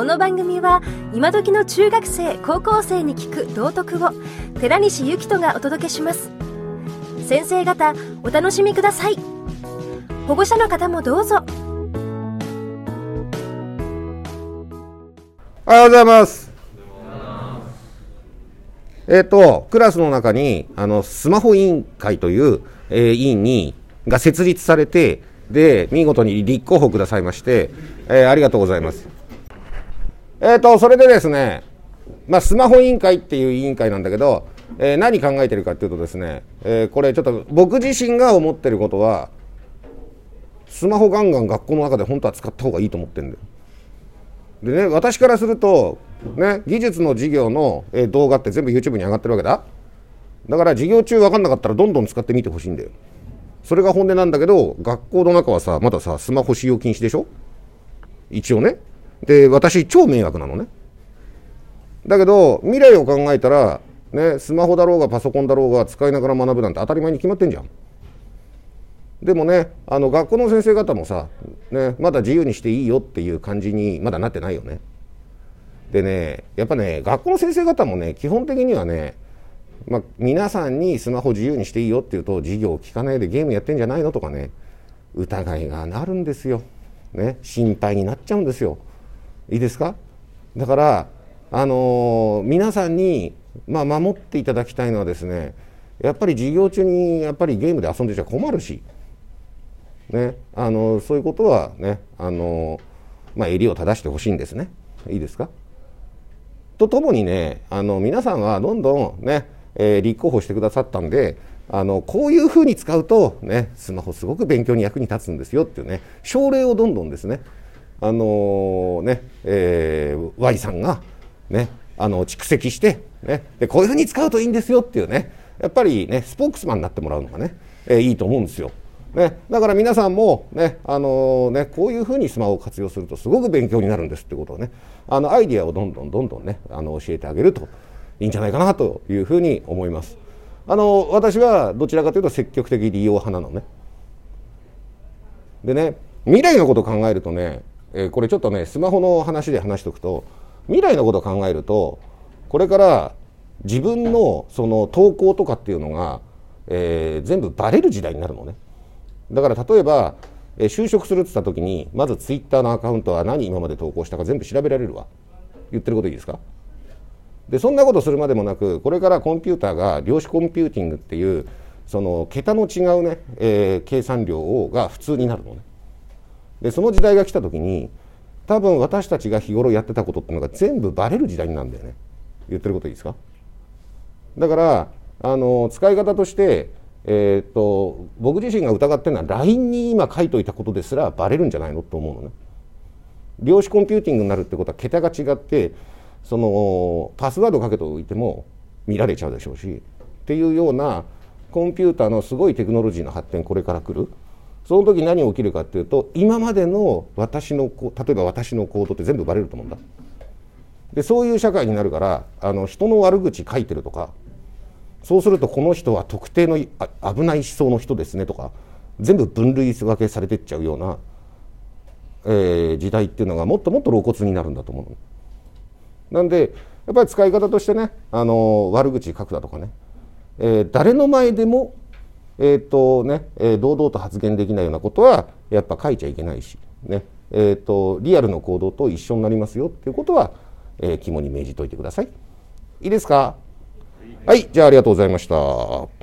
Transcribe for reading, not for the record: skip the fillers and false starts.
の番組は今時の中学生高校生に聞く道徳を寺西幸人がお届けします。先生方お楽しみください。保護者の方もどうぞ。 おはようございます。クラスの中にスマホ委員会という、委員が設立されて、で見事に立候補くださいまして、ありがとうございます。それでですね、スマホ委員会っていう委員会なんだけど、何考えてるかっていうとですね、これちょっと僕自身が思ってることは、スマホガンガン学校の中で本当は使った方がいいと思ってるんだよ。でね、私からすると、ね、技術の授業の動画って全部 YouTube に上がってるわけだ。だから授業中分かんなかったらどんどん使ってみてほしいんだよ。それが本音なんだけど、学校の中はさ、まださ、スマホ使用禁止でしょ？一応ね。で、私超迷惑なのね。だけど、未来を考えたら、ね、スマホだろうがパソコンだろうが使いながら学ぶなんて当たり前に決まってんじゃん。でもね、学校の先生方もさ、ね、まだ自由にしていいよっていう感じにまだなってないよね。でね、やっぱね、学校の先生方もね、基本的にはね、皆さんにスマホ自由にしていいよって言うと、授業を聞かないでゲームやってんじゃないのとかね、疑いがなるんですよ。ね、心配になっちゃうんですよ。いいですか？だから、皆さんに、守っていただきたいのはですね、やっぱり授業中にやっぱりゲームで遊んでちゃ困るし、ね、そういうことはね、襟を正してほしいんですね。いいですか？とともにね、皆さんはどんどんね、立候補してくださったんで、こういうふうに使うと、ね、スマホすごく勉強に役に立つんですよっていうね、症例をどんどんですね、Y さんが、ね、蓄積して、ね、でこういうふうに使うといいんですよっていうね、やっぱりね、スポークスマンになってもらうのがね、いいと思うんですよ。ね、だから皆さんも、ねこういうふうにスマホを活用するとすごく勉強になるんですってことをね、アイディアをどんどんね、教えてあげるといいんじゃないかなというふうに思います。私はどちらかというと積極的利用派なのね。でね、未来のことを考えるとね、これちょっとね、スマホの話で話しておくと、未来のことを考えると、これから自分のその投稿とかっていうのが、全部バレる時代になるのね。だから例えば、就職するって言った時に、まずツイッターのアカウントは何今まで投稿したか全部調べられるわ。言ってることいいですか？で、そんなことするまでもなく、これからコンピューターが量子コンピューティングっていう、その桁の違うね、計算量が普通になるのね。で、その時代が来た時に、多分私たちが日頃やってたことっていうのが全部バレる時代になるんだよね。言ってることいいですか？だから、使い方として、僕自身が疑ってるのは LINE に今書いといたことですらバレるんじゃないのと思うのね。量子コンピューティングになるってことは桁が違って、そのパスワードかけておいても見られちゃうでしょうしっていうようなコンピューターのすごいテクノロジーの発展これから来る。その時何起きるかっていうと、今までの例えば私の行動って全部バレると思うんだ。で、そういう社会になるから、人の悪口書いてるとか、そうするとこの人は特定の危ない思想の人ですねとか、全部分類分けされていっちゃうような、時代っていうのがもっともっと露骨になるんだと思うの。なんでやっぱり使い方としてね、悪口書くだとかね、誰の前でも堂々と発言できないようなことはやっぱ書いちゃいけないし、ね、リアルの行動と一緒になりますよっていうことは、肝に銘じておいてください。いいですか？はい、じゃあありがとうございました。